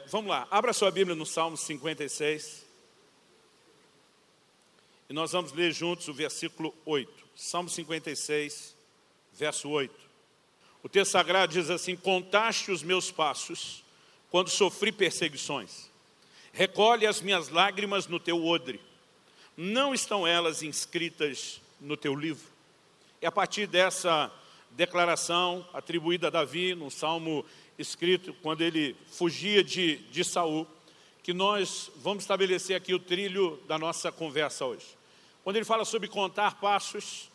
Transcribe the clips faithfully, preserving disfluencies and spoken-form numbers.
vamos lá, abra sua Bíblia no Salmo cinquenta e seis. E nós vamos ler juntos o versículo oito. Salmo cinquenta e seis, verso oito. O texto sagrado diz assim: contaste os meus passos quando sofri perseguições. Recolhe as minhas lágrimas no teu odre. Não estão elas inscritas no teu livro? E a partir dessa declaração atribuída a Davi, num salmo escrito quando ele fugia de, de Saul, que nós vamos estabelecer aqui o trilho da nossa conversa hoje. Quando ele fala sobre contar passos,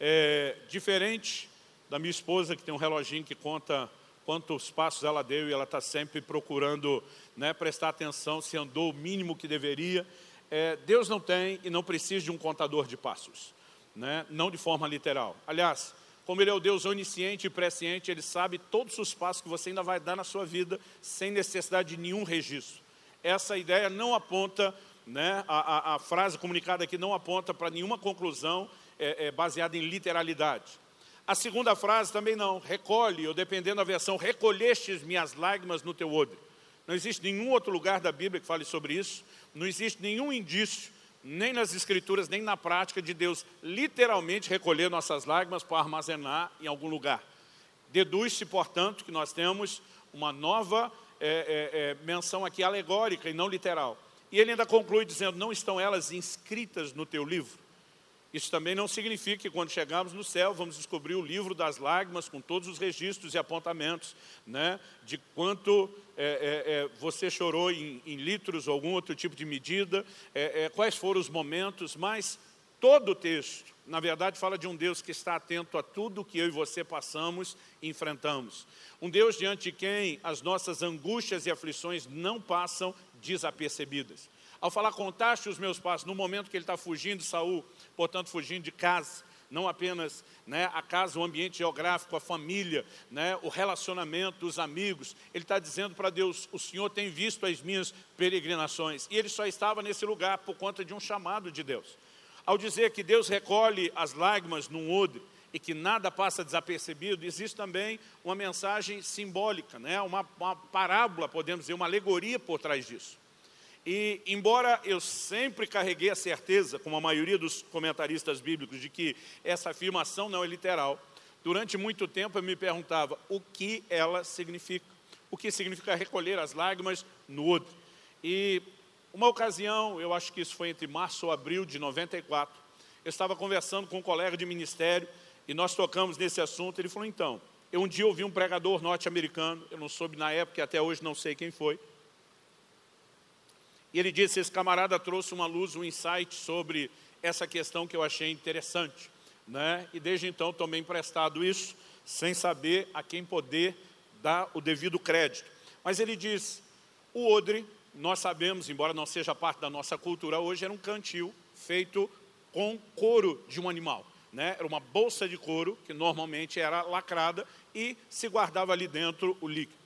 é diferente da minha esposa, que tem um reloginho que conta quantos passos ela deu, e ela está sempre procurando, né, prestar atenção se andou o mínimo que deveria. É, Deus não tem e não precisa de um contador de passos, né, não de forma literal. Aliás, como Ele é o Deus onisciente e presciente, Ele sabe todos os passos que você ainda vai dar na sua vida, sem necessidade de nenhum registro. Essa ideia não aponta, né, a, a, a frase comunicada aqui não aponta para nenhuma conclusão é, é, baseada em literalidade. A segunda frase também não, recolhe, ou dependendo da versão, recolhestes minhas lágrimas no teu odre. Não existe nenhum outro lugar da Bíblia que fale sobre isso, não existe nenhum indício, nem nas Escrituras, nem na prática de Deus literalmente recolher nossas lágrimas para armazenar em algum lugar. Deduz-se, portanto, que nós temos uma nova é, é, é, menção aqui alegórica e não literal. E ele ainda conclui dizendo: não estão elas inscritas no teu livro? Isso também não significa que quando chegarmos no céu vamos descobrir o livro das lágrimas com todos os registros e apontamentos, né, de quanto é, é, é, você chorou em, em litros ou algum outro tipo de medida, é, é, quais foram os momentos, mas todo o texto, na verdade, fala de um Deus que está atento a tudo que eu e você passamos e enfrentamos. Um Deus diante de quem as nossas angústias e aflições não passam desapercebidas. Ao falar contaste os meus passos, no momento que ele está fugindo de Saul, portanto fugindo de casa, não apenas, né, a casa, o ambiente geográfico, a família, né, o relacionamento, os amigos, ele está dizendo para Deus: o Senhor tem visto as minhas peregrinações. E ele só estava nesse lugar por conta de um chamado de Deus. Ao dizer que Deus recolhe as lágrimas num odre e que nada passa desapercebido, existe também uma mensagem simbólica, né, uma, uma parábola, podemos dizer, uma alegoria por trás disso. E, embora eu sempre carreguei a certeza, como a maioria dos comentaristas bíblicos, de que essa afirmação não é literal, durante muito tempo eu me perguntava o que ela significa. O que significa recolher as lágrimas no odre. E uma ocasião, eu acho que isso foi entre março ou abril de noventa e quatro, eu estava conversando com um colega de ministério e nós tocamos nesse assunto. Ele falou: então, eu um dia ouvi um pregador norte-americano, eu não soube na época e até hoje não sei quem foi, e ele disse: esse camarada trouxe uma luz, um insight sobre essa questão que eu achei interessante, né? E desde então tomei emprestado isso, sem saber a quem poder dar o devido crédito. Mas ele diz: o odre, nós sabemos, embora não seja parte da nossa cultura hoje, era um cantil feito com couro de um animal, né? Era uma bolsa de couro que normalmente era lacrada e se guardava ali dentro o líquido.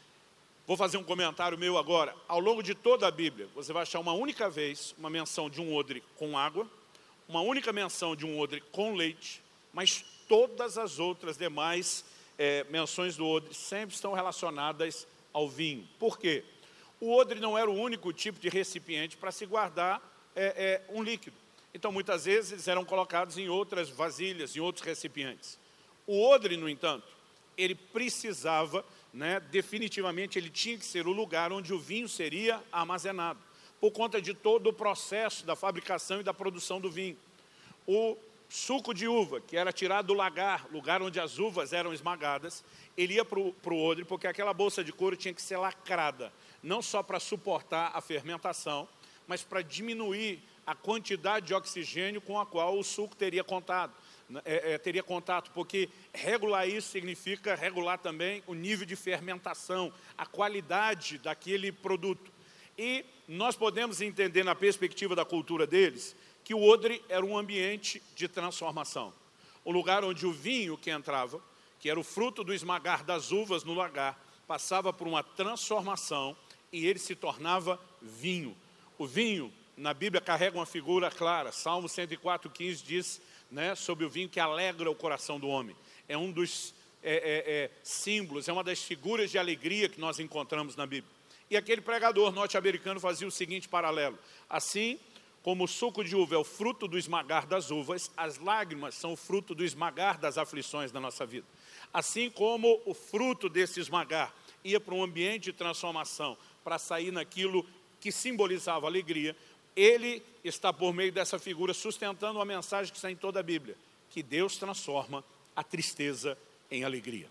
Vou fazer um comentário meu agora. Ao longo de toda a Bíblia, você vai achar uma única vez uma menção de um odre com água, uma única menção de um odre com leite, mas todas as outras demais é, menções do odre sempre estão relacionadas ao vinho. Por quê? O odre não era o único tipo de recipiente para se guardar é, é, um líquido. Então, muitas vezes, eles eram colocados em outras vasilhas, em outros recipientes. O odre, no entanto, ele precisava, né, definitivamente ele tinha que ser o lugar onde o vinho seria armazenado, por conta de todo o processo da fabricação e da produção do vinho. O suco de uva, que era tirado do lagar, lugar onde as uvas eram esmagadas, ele ia para o odre, porque aquela bolsa de couro tinha que ser lacrada, não só para suportar a fermentação, mas para diminuir a quantidade de oxigênio com a qual o suco teria contato. É, é, teria contato, porque regular isso significa regular também o nível de fermentação, a qualidade daquele produto. E nós podemos entender, na perspectiva da cultura deles, que o odre era um ambiente de transformação. O lugar onde o vinho que entrava, que era o fruto do esmagar das uvas no lagar, passava por uma transformação e ele se tornava vinho. O vinho, na Bíblia, carrega uma figura clara. Salmo cento e quatro, quinze diz, né, sobre o vinho que alegra o coração do homem. É um dos é, é, é, símbolos, é uma das figuras de alegria que nós encontramos na Bíblia. E aquele pregador norte-americano fazia o seguinte paralelo: assim como o suco de uva é o fruto do esmagar das uvas, as lágrimas são o fruto do esmagar das aflições da nossa vida. Assim como o fruto desse esmagar ia para um ambiente de transformação, para sair naquilo que simbolizava alegria, ele está por meio dessa figura sustentando uma mensagem que está em toda a Bíblia, que Deus transforma a tristeza em alegria.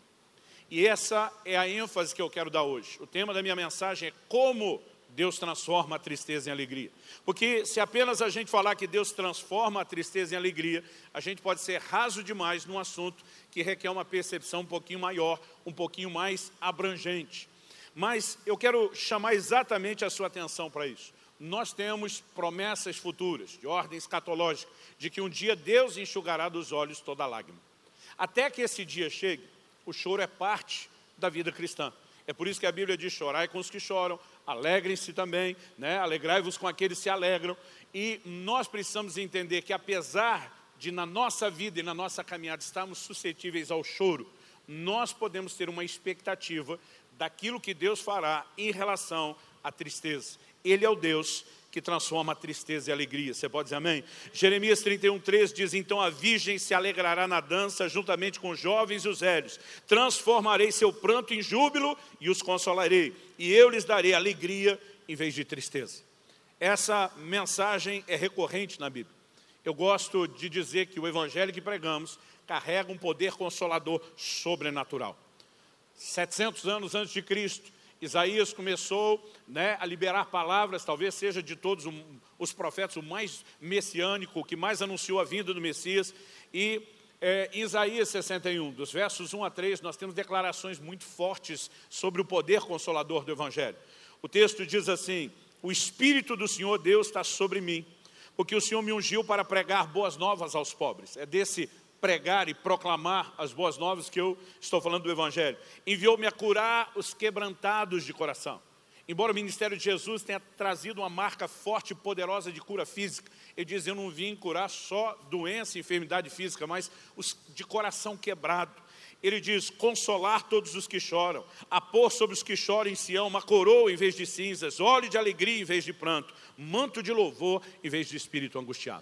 E essa é a ênfase que eu quero dar hoje. O tema da minha mensagem é como Deus transforma a tristeza em alegria. Porque se apenas a gente falar que Deus transforma a tristeza em alegria, a gente pode ser raso demais num assunto que requer uma percepção um pouquinho maior, um pouquinho mais abrangente. Mas eu quero chamar exatamente a sua atenção para isso. Nós temos promessas futuras, de ordem escatológica, de que um dia Deus enxugará dos olhos toda lágrima. Até que esse dia chegue, o choro é parte da vida cristã. É por isso que a Bíblia diz: chorai com os que choram, alegrem-se também, né? Alegrai-vos com aqueles que se alegram. E nós precisamos entender que apesar de na nossa vida e na nossa caminhada estarmos suscetíveis ao choro, nós podemos ter uma expectativa daquilo que Deus fará em relação à tristeza. Ele é o Deus que transforma a tristeza em alegria. Você pode dizer amém? Jeremias trinta e um, três diz: então a virgem se alegrará na dança, juntamente com os jovens e os velhos. Transformarei seu pranto em júbilo e os consolarei. E eu lhes darei alegria em vez de tristeza. Essa mensagem é recorrente na Bíblia. Eu gosto de dizer que o evangelho que pregamos carrega um poder consolador sobrenatural. setecentos anos antes de Cristo, Isaías começou, né, a liberar palavras, talvez seja de todos um, os profetas o mais messiânico, o que mais anunciou a vinda do Messias. E é, em Isaías sessenta e um, dos versos um a três, nós temos declarações muito fortes sobre o poder consolador do Evangelho. O texto diz assim: o Espírito do Senhor Deus está sobre mim, porque o Senhor me ungiu para pregar boas novas aos pobres. É desse pregar e proclamar as boas novas que eu estou falando do Evangelho. Enviou-me a curar os quebrantados de coração. Embora o ministério de Jesus tenha trazido uma marca forte e poderosa de cura física, ele diz: eu não vim curar só doença e enfermidade física, mas os de coração quebrado. Ele diz: consolar todos os que choram, a pôr sobre os que choram em Sião uma coroa em vez de cinzas, óleo de alegria em vez de pranto, manto de louvor em vez de espírito angustiado.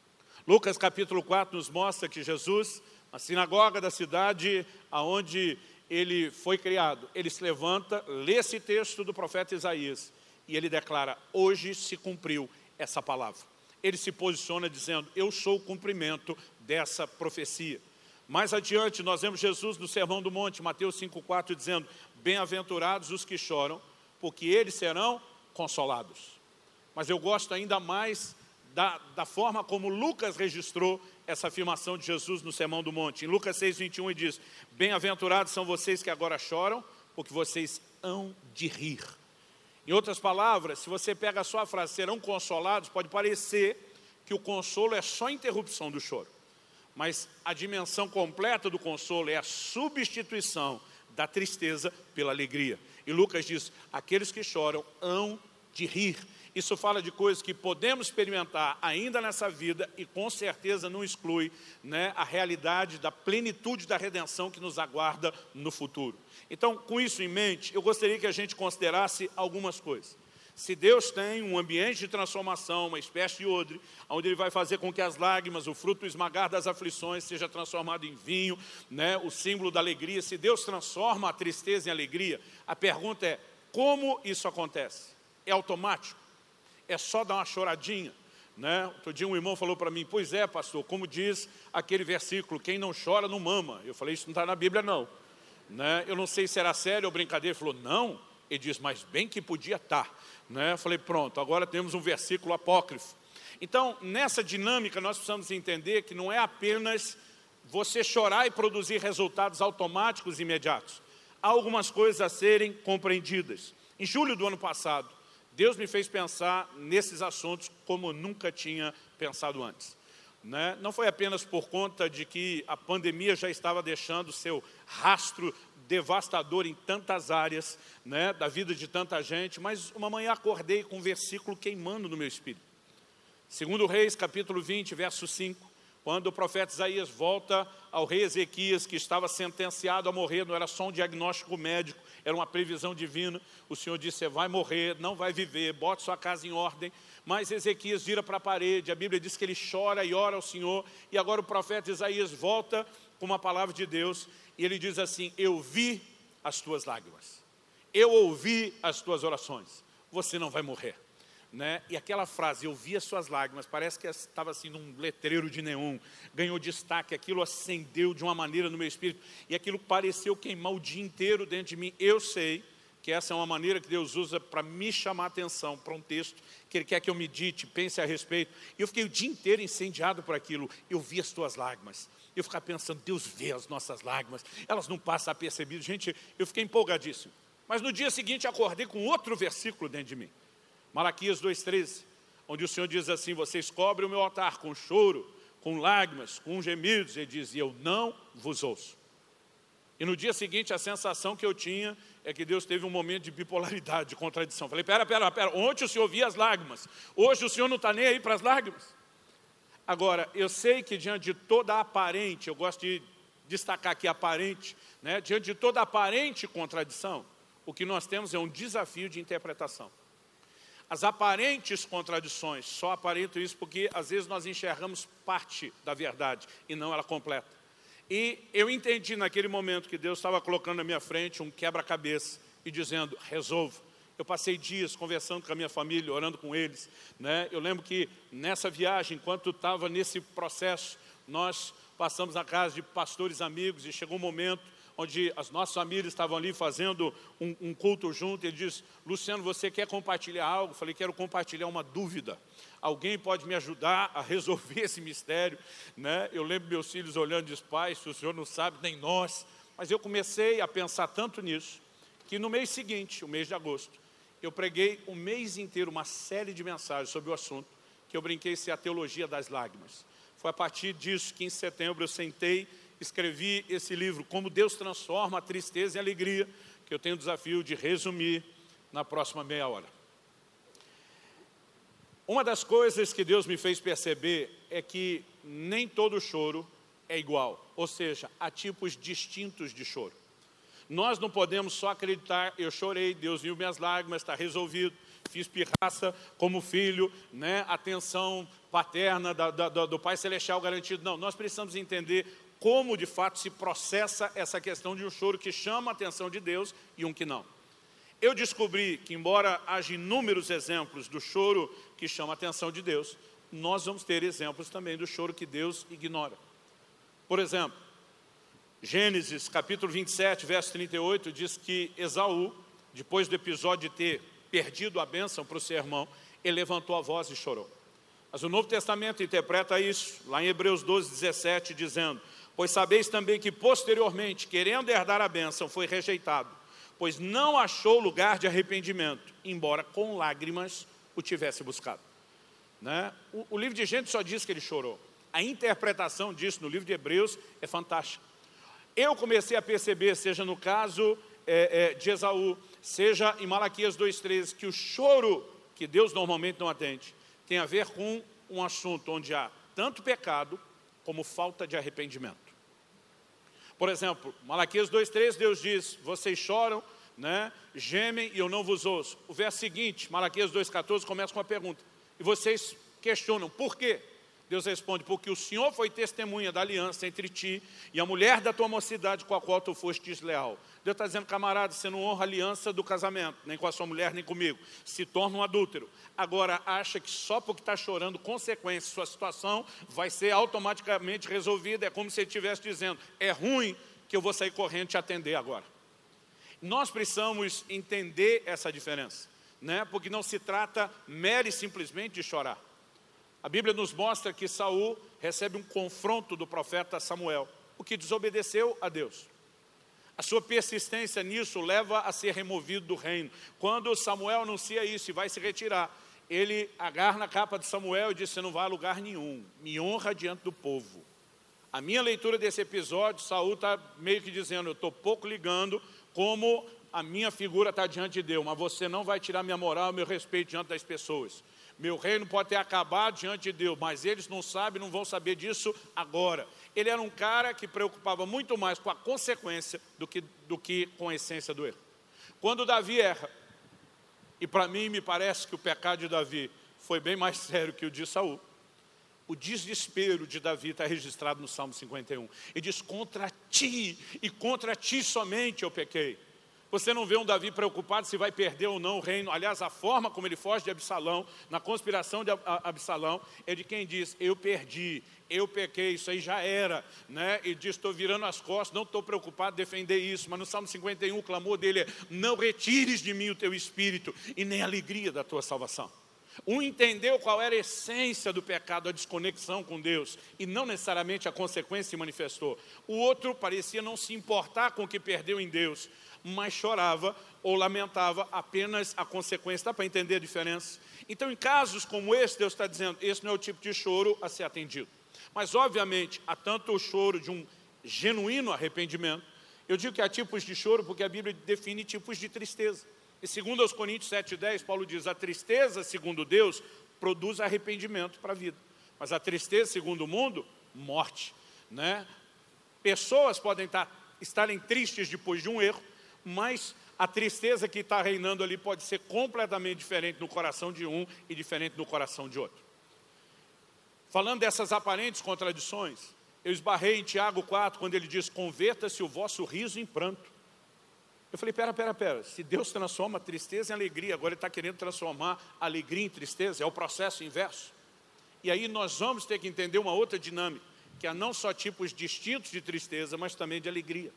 Lucas capítulo quatro nos mostra que Jesus, na sinagoga da cidade onde ele foi criado, ele se levanta, lê esse texto do profeta Isaías e ele declara: hoje se cumpriu essa palavra. Ele se posiciona dizendo: eu sou o cumprimento dessa profecia. Mais adiante nós vemos Jesus no Sermão do Monte, Mateus cinco, quatro, dizendo: bem-aventurados os que choram, porque eles serão consolados. Mas eu gosto ainda mais Da, da forma como Lucas registrou essa afirmação de Jesus no Sermão do Monte. Em Lucas seis, vinte e um, ele diz: bem-aventurados são vocês que agora choram, porque vocês hão de rir. Em outras palavras, se você pega só a frase serão consolados, pode parecer que o consolo é só a interrupção do choro. Mas a dimensão completa do consolo é a substituição da tristeza pela alegria. E Lucas diz: aqueles que choram hão de rir. Isso fala de coisas que podemos experimentar ainda nessa vida e com certeza não exclui, né, a realidade da plenitude da redenção que nos aguarda no futuro. Então, com isso em mente, eu gostaria que a gente considerasse algumas coisas. Se Deus tem um ambiente de transformação, uma espécie de odre, onde Ele vai fazer com que as lágrimas, o fruto esmagar das aflições, seja transformado em vinho, né, o símbolo da alegria. Se Deus transforma a tristeza em alegria, a pergunta é: como isso acontece? É automático? É só dar uma choradinha, né? Outro dia um irmão falou para mim: pois é, pastor, como diz aquele versículo, quem não chora não mama. Eu falei: isso não está na Bíblia não, né? Eu não sei se era sério ou brincadeira. Ele falou: não. Ele diz: mas bem que podia estar, né? Eu falei: pronto, agora temos um versículo apócrifo. Então, nessa dinâmica nós precisamos entender que não é apenas você chorar e produzir resultados automáticos e imediatos. Há algumas coisas a serem compreendidas. Em julho do ano passado, Deus me fez pensar nesses assuntos como nunca tinha pensado antes, né? Não foi apenas por conta de que a pandemia já estava deixando seu rastro devastador em tantas áreas, né, da vida de tanta gente, mas uma manhã acordei com um versículo queimando no meu espírito. Segundo Reis, capítulo vinte, verso cinco, quando o profeta Isaías volta ao rei Ezequias, que estava sentenciado a morrer, não era só um diagnóstico médico, era uma previsão divina. O Senhor disse, você vai morrer, não vai viver, bote sua casa em ordem. Mas Ezequias vira para a parede, a Bíblia diz que ele chora e ora ao Senhor, e agora o profeta Isaías volta com uma palavra de Deus, e ele diz assim, eu vi as tuas lágrimas, eu ouvi as tuas orações, você não vai morrer. Né? E aquela frase, eu vi as suas lágrimas, parece que estava assim num letreiro de neon, ganhou destaque, aquilo acendeu de uma maneira no meu espírito, e aquilo pareceu queimar o dia inteiro dentro de mim. Eu sei que essa é uma maneira que Deus usa para me chamar a atenção para um texto, que Ele quer que eu medite, pense a respeito, e eu fiquei o dia inteiro incendiado por aquilo. Eu vi as tuas lágrimas, eu ficava pensando, Deus vê as nossas lágrimas, elas não passam apercebidas. Gente, eu fiquei empolgadíssimo, mas no dia seguinte acordei com outro versículo dentro de mim, Malaquias dois, treze, onde o Senhor diz assim, vocês cobrem o meu altar com choro, com lágrimas, com gemidos. Ele diz, e eu não vos ouço. E no dia seguinte a sensação que eu tinha é que Deus teve um momento de bipolaridade, de contradição. Falei, pera, pera, pera, ontem o Senhor via as lágrimas, hoje o Senhor não está nem aí para as lágrimas. Agora, eu sei que diante de toda a aparente, eu gosto de destacar aqui aparente, né, diante de toda a aparente contradição, o que nós temos é um desafio de interpretação. As aparentes contradições, só aparento isso porque às vezes nós enxergamos parte da verdade e não ela completa. E eu entendi naquele momento que Deus estava colocando na minha frente um quebra-cabeça e dizendo, resolva. Eu passei dias conversando com a minha família, orando com eles. Né? Eu lembro que nessa viagem, enquanto estava nesse processo, nós passamos na casa de pastores amigos e chegou um momento onde as nossas famílias estavam ali fazendo um, um culto junto. Ele disse, Luciano, você quer compartilhar algo? Eu falei, quero compartilhar uma dúvida. Alguém pode me ajudar a resolver esse mistério? Né? Eu lembro meus filhos olhando e disse, pai, se o senhor não sabe, nem nós. Mas eu comecei a pensar tanto nisso, que no mês seguinte, o mês de agosto, eu preguei o mês inteiro uma série de mensagens sobre o assunto, que eu brinquei ser a teologia das lágrimas. Foi a partir disso que em setembro eu sentei, escrevi esse livro, Como Deus Transforma a Tristeza em Alegria, que eu tenho o desafio de resumir na próxima meia hora. Uma das coisas que Deus me fez perceber é que nem todo choro é igual, ou seja, há tipos distintos de choro. Nós não podemos só acreditar, eu chorei, Deus viu minhas lágrimas, está resolvido, fiz pirraça como filho, né? Atenção paterna da, da, do Pai Celestial garantido. Não, nós precisamos entender como de fato se processa essa questão de um choro que chama a atenção de Deus e um que não. Eu descobri que, embora haja inúmeros exemplos do choro que chama a atenção de Deus, nós vamos ter exemplos também do choro que Deus ignora. Por exemplo, Gênesis capítulo vinte e sete, verso trinta e oito, diz que Esaú, depois do episódio de ter perdido a bênção para o seu irmão, ele levantou a voz e chorou. Mas o Novo Testamento interpreta isso, lá em Hebreus doze, dezessete, dizendo, pois sabeis também que posteriormente, querendo herdar a bênção, foi rejeitado, pois não achou lugar de arrependimento, embora com lágrimas o tivesse buscado. Né? O, o livro de Gênesis só diz que ele chorou. A interpretação disso no livro de Hebreus é fantástica. Eu comecei a perceber, seja no caso é, é, de Esaú, seja em Malaquias dois, treze, que o choro que Deus normalmente não atende, tem a ver com um assunto onde há tanto pecado como falta de arrependimento. Por exemplo, Malaquias dois, treze, Deus diz, vocês choram, né, gemem e eu não vos ouço. O verso seguinte, Malaquias dois, catorze, começa com uma pergunta. E vocês questionam, por quê? Deus responde, porque o Senhor foi testemunha da aliança entre ti e a mulher da tua mocidade com a qual tu foste desleal. Deus está dizendo, camarada, você não honra a aliança do casamento, nem com a sua mulher, nem comigo. Se torna um adúltero. Agora acha que só porque está chorando, consequência, sua situação vai ser automaticamente resolvida. É como se ele estivesse dizendo, é ruim que eu vou sair correndo te atender agora. Nós precisamos entender essa diferença, né? Porque não se trata mera e simplesmente de chorar. A Bíblia nos mostra que Saul recebe um confronto do profeta Samuel, o que desobedeceu a Deus. A sua persistência nisso leva a ser removido do reino. Quando Samuel anuncia isso e vai se retirar, ele agarra na capa de Samuel e diz, você não vai a lugar nenhum, me honra diante do povo. A minha leitura desse episódio, Saul está meio que dizendo, eu estou pouco ligando como a minha figura está diante de Deus, mas você não vai tirar minha moral, meu respeito diante das pessoas. Meu reino pode ter acabado diante de Deus, mas eles não sabem, não vão saber disso agora. Ele era um cara que preocupava muito mais com a consequência do que, do que com a essência do erro. Quando Davi erra, e para mim me parece que o pecado de Davi foi bem mais sério que o de Saul, o desespero de Davi está registrado no Salmo cinquenta e um. Ele diz, contra ti, e contra ti somente eu pequei. Você não vê um Davi preocupado se vai perder ou não o reino. Aliás, a forma como ele foge de Absalão, na conspiração de Absalão, é de quem diz, eu perdi, eu pequei, isso aí já era, né? E diz, estou virando as costas, não estou preocupado em defender isso. Mas no Salmo cinquenta e um, o clamor dele é, não retires de mim o teu espírito e nem a alegria da tua salvação. Um entendeu qual era a essência do pecado, a desconexão com Deus, e não necessariamente a consequência se manifestou. O outro parecia não se importar com o que perdeu em Deus, mas chorava ou lamentava apenas a consequência. Dá para entender a diferença? Então, em casos como esse, Deus está dizendo, esse não é o tipo de choro a ser atendido. Mas, obviamente, há tanto o choro de um genuíno arrependimento. Eu digo que há tipos de choro porque a Bíblia define tipos de tristeza. E segundo aos Coríntios sete, dez, Paulo diz, a tristeza, segundo Deus, produz arrependimento para a vida. Mas a tristeza, segundo o mundo, morte. Né? Pessoas podem estar, estarem tristes depois de um erro, mas a tristeza que está reinando ali pode ser completamente diferente no coração de um e diferente no coração de outro. Falando dessas aparentes contradições, eu esbarrei em Tiago quatro, quando ele diz, converta-se o vosso riso em pranto. Eu falei, pera, pera, pera, se Deus transforma tristeza em alegria, agora Ele está querendo transformar alegria em tristeza, é o processo inverso. E aí nós vamos ter que entender uma outra dinâmica, que há não só tipos distintos de tristeza, mas também de alegria.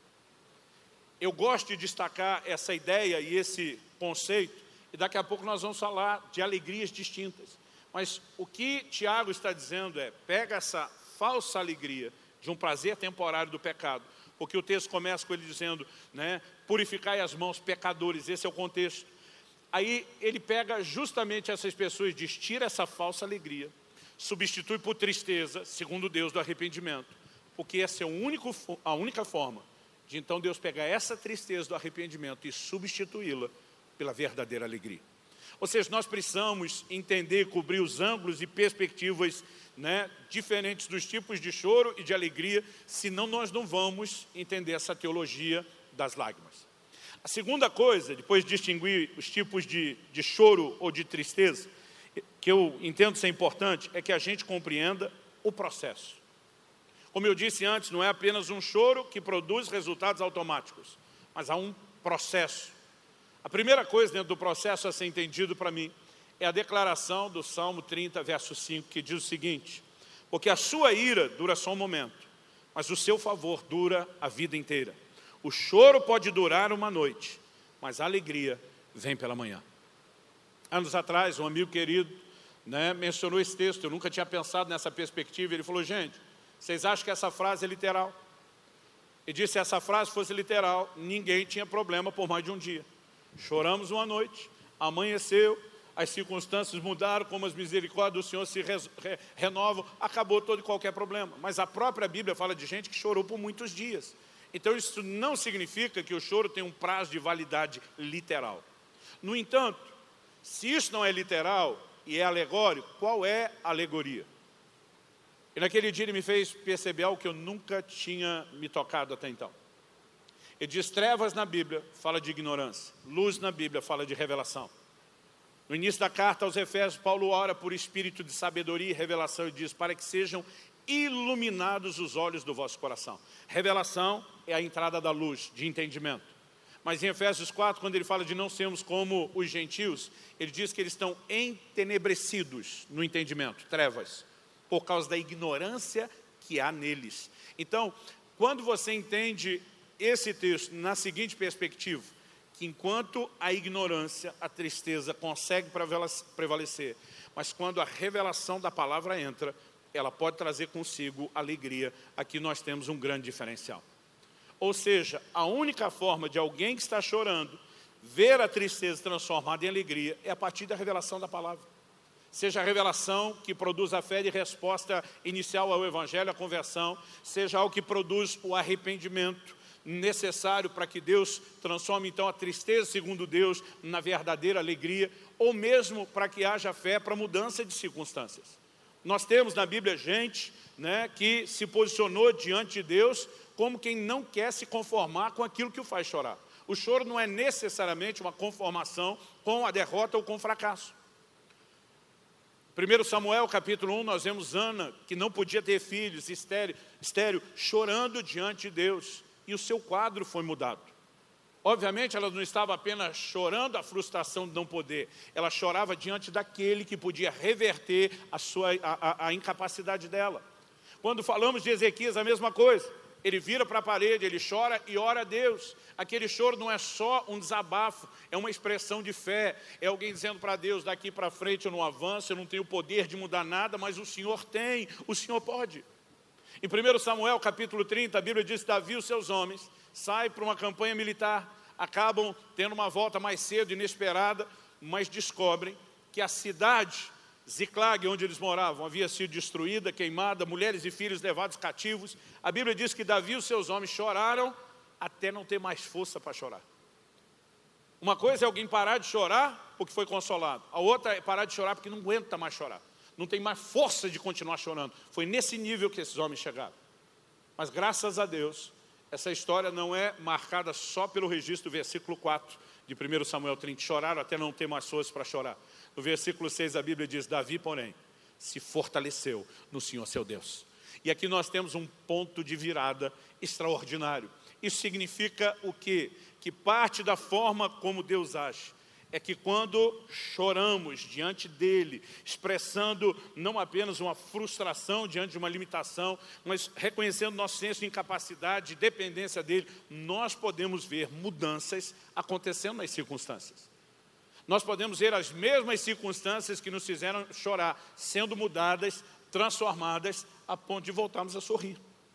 Eu gosto de destacar essa ideia e esse conceito, e daqui a pouco nós vamos falar de alegrias distintas. Mas o que Tiago está dizendo é, pega essa falsa alegria de um prazer temporário do pecado, porque o texto começa com ele dizendo, né, purificai as mãos, pecadores, esse é o contexto. Aí ele pega justamente essas pessoas, diz, tira essa falsa alegria, substitui por tristeza, segundo Deus, do arrependimento, porque essa é o único, a única forma de então Deus pegar essa tristeza do arrependimento e substituí-la pela verdadeira alegria. Ou seja, nós precisamos entender, cobrir os ângulos e perspectivas, né, diferentes dos tipos de choro e de alegria, senão nós não vamos entender essa teologia das lágrimas. A segunda coisa, depois de distinguir os tipos de, de choro ou de tristeza, que eu entendo ser importante, é que a gente compreenda o processo. Como eu disse antes, não é apenas um choro que produz resultados automáticos, mas há um processo. A primeira coisa dentro do processo a ser entendido para mim é a declaração do Salmo trinta, verso cinco, que diz o seguinte, porque a sua ira dura só um momento, mas o seu favor dura a vida inteira. O choro pode durar uma noite, mas a alegria vem pela manhã. Anos atrás, um amigo querido, né, mencionou esse texto, eu nunca tinha pensado nessa perspectiva, ele falou, gente, vocês acham que essa frase é literal? Ele disse, se essa frase fosse literal, ninguém tinha problema por mais de um dia. Choramos uma noite, amanheceu, as circunstâncias mudaram, como as misericórdias do Senhor se re, re, renovam, acabou todo e qualquer problema. Mas a própria Bíblia fala de gente que chorou por muitos dias. Então isso não significa que o choro tem um prazo de validade literal. No entanto, se isso não é literal e é alegórico, qual é a alegoria? E naquele dia ele me fez perceber algo que eu nunca tinha me tocado até então. Ele diz, trevas na Bíblia fala de ignorância, luz na Bíblia fala de revelação. No início da carta aos Efésios, Paulo ora por espírito de sabedoria e revelação e diz, para que sejam iluminados os olhos do vosso coração. Revelação é a entrada da luz, de entendimento. Mas em Efésios quatro, quando ele fala de não sermos como os gentios, ele diz que eles estão entenebrecidos no entendimento, trevas, por causa da ignorância que há neles. Então, quando você entende esse texto na seguinte perspectiva, que enquanto a ignorância, a tristeza consegue prevalecer, mas quando a revelação da palavra entra, ela pode trazer consigo alegria. Aqui nós temos um grande diferencial. Ou seja, a única forma de alguém que está chorando ver a tristeza transformada em alegria é a partir da revelação da palavra. Seja a revelação que produz a fé de resposta inicial ao Evangelho, a conversão, seja algo que produz o arrependimento, necessário para que Deus transforme então a tristeza segundo Deus na verdadeira alegria, ou mesmo para que haja fé para mudança de circunstâncias. Nós temos na Bíblia gente, né, que se posicionou diante de Deus como quem não quer se conformar com aquilo que o faz chorar. O choro não é necessariamente uma conformação com a derrota ou com o fracasso. primeiro Samuel, capítulo um, nós vemos Ana, que não podia ter filhos, estéril, estéril, chorando diante de Deus, e o seu quadro foi mudado. Obviamente, ela não estava apenas chorando a frustração de não poder, ela chorava diante daquele que podia reverter a, sua, a, a, a incapacidade dela. Quando falamos de Ezequias, a mesma coisa. Ele vira para a parede, ele chora e ora a Deus. Aquele choro não é só um desabafo, é uma expressão de fé. É alguém dizendo para Deus, daqui para frente eu não avanço, eu não tenho poder de mudar nada, mas o Senhor tem, o Senhor pode. Em primeiro Samuel, capítulo trinta, a Bíblia diz que Davi e os seus homens saem para uma campanha militar, acabam tendo uma volta mais cedo, inesperada, mas descobrem que a cidade Ziclag, onde eles moravam, havia sido destruída, queimada, mulheres e filhos levados cativos. A Bíblia diz que Davi e os seus homens choraram até não ter mais força para chorar. Uma coisa é alguém parar de chorar porque foi consolado. A outra é parar de chorar porque não aguenta mais chorar. Não tem mais força de continuar chorando. Foi nesse nível que esses homens chegaram. Mas graças a Deus, essa história não é marcada só pelo registro do versículo quatro de primeiro Samuel trinta. Choraram até não ter mais força para chorar. No versículo seis a Bíblia diz, Davi, porém, se fortaleceu no Senhor seu Deus. E aqui nós temos um ponto de virada extraordinário. Isso significa o quê? Que parte da forma como Deus age é que quando choramos diante dEle, expressando não apenas uma frustração diante de uma limitação, mas reconhecendo nosso senso de incapacidade, de dependência dEle, nós podemos ver mudanças acontecendo nas circunstâncias. Nós podemos ver as mesmas circunstâncias que nos fizeram chorar, sendo mudadas, transformadas, a ponto de voltarmos a sorrir.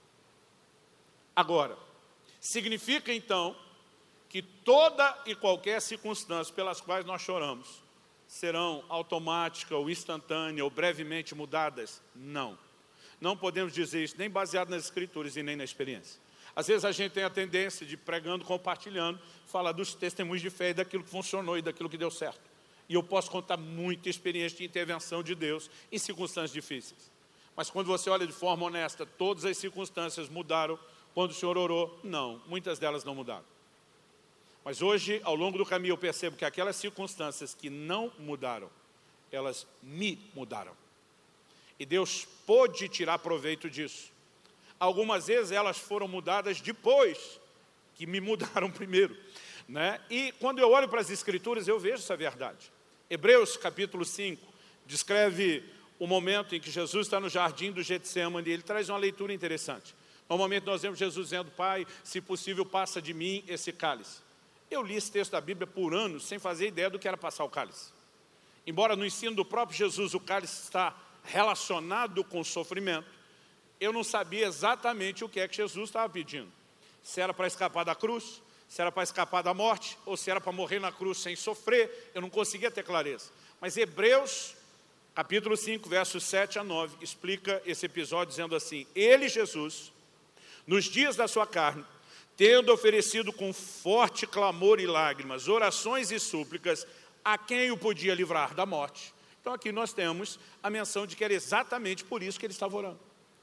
Agora, significa então que toda e qualquer circunstância pelas quais nós choramos serão automáticas ou instantâneas ou brevemente mudadas? Não. Não podemos dizer isso nem baseado nas Escrituras e nem na experiência. Às vezes a gente tem a tendência de, pregando, compartilhando, falar dos testemunhos de fé e daquilo que funcionou e daquilo que deu certo. E eu posso contar muita experiência de intervenção de Deus em circunstâncias difíceis. Mas quando você olha de forma honesta, todas as circunstâncias mudaram quando o Senhor orou? Não, muitas delas não mudaram. Mas hoje, ao longo do caminho, eu percebo que aquelas circunstâncias que não mudaram, elas me mudaram. E Deus pôde tirar proveito disso. Algumas vezes elas foram mudadas depois que me mudaram primeiro, né? E quando eu olho para as Escrituras, eu vejo essa verdade. Hebreus capítulo cinco descreve o momento em que Jesus está no jardim do Getsêmani, e ele traz uma leitura interessante. Normalmente nós vemos Jesus dizendo, Pai, se possível, passa de mim esse cálice. Eu li esse texto da Bíblia por anos, sem fazer ideia do que era passar o cálice. Embora no ensino do próprio Jesus o cálice está relacionado com o sofrimento, eu não sabia exatamente o que é que Jesus estava pedindo. Se era para escapar da cruz, se era para escapar da morte, ou se era para morrer na cruz sem sofrer, eu não conseguia ter clareza. Mas Hebreus, capítulo cinco, versos sete a nove, explica esse episódio dizendo assim, Ele, Jesus, nos dias da sua carne, tendo oferecido com forte clamor e lágrimas, orações e súplicas, a quem o podia livrar da morte. Então aqui nós temos a menção de que era exatamente por isso que ele estava orando.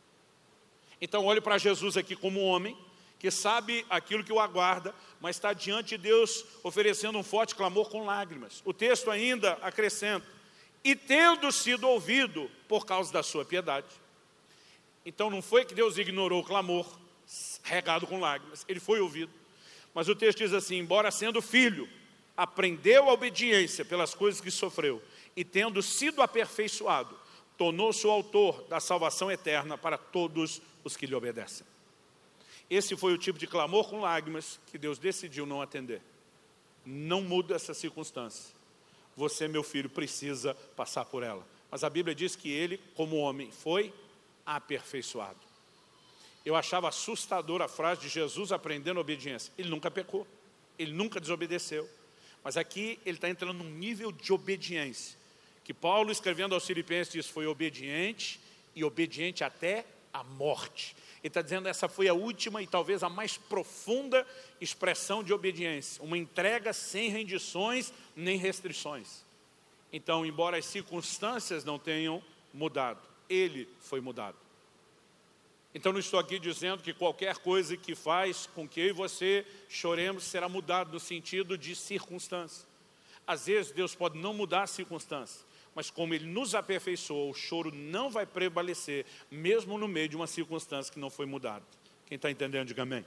Então olhe para Jesus aqui como um homem que sabe aquilo que o aguarda, mas está diante de Deus oferecendo um forte clamor com lágrimas. O texto ainda acrescenta, e tendo sido ouvido por causa da sua piedade. Então não foi que Deus ignorou o clamor, regado com lágrimas, ele foi ouvido. Mas o texto diz assim, embora sendo filho, aprendeu a obediência pelas coisas que sofreu, e tendo sido aperfeiçoado, tornou-se o autor da salvação eterna para todos os que lhe obedecem. Esse foi o tipo de clamor com lágrimas que Deus decidiu não atender. Não muda essa circunstância. Você, meu filho, precisa passar por ela. Mas a Bíblia diz que ele, como homem, foi aperfeiçoado. Eu achava assustadora a frase de Jesus aprendendo a obediência. Ele nunca pecou, ele nunca desobedeceu. Mas aqui ele está entrando num nível de obediência, que Paulo, escrevendo aos Filipenses, diz, foi obediente e obediente até a morte. Ele está dizendo, essa foi a última e talvez a mais profunda expressão de obediência. Uma entrega sem rendições nem restrições. Então, embora as circunstâncias não tenham mudado, ele foi mudado. Então, não estou aqui dizendo que qualquer coisa que faz com que eu e você choremos será mudado no sentido de circunstância. Às vezes, Deus pode não mudar a circunstância, mas como Ele nos aperfeiçoou, o choro não vai prevalecer, mesmo no meio de uma circunstância que não foi mudada. Quem está entendendo, diga amém.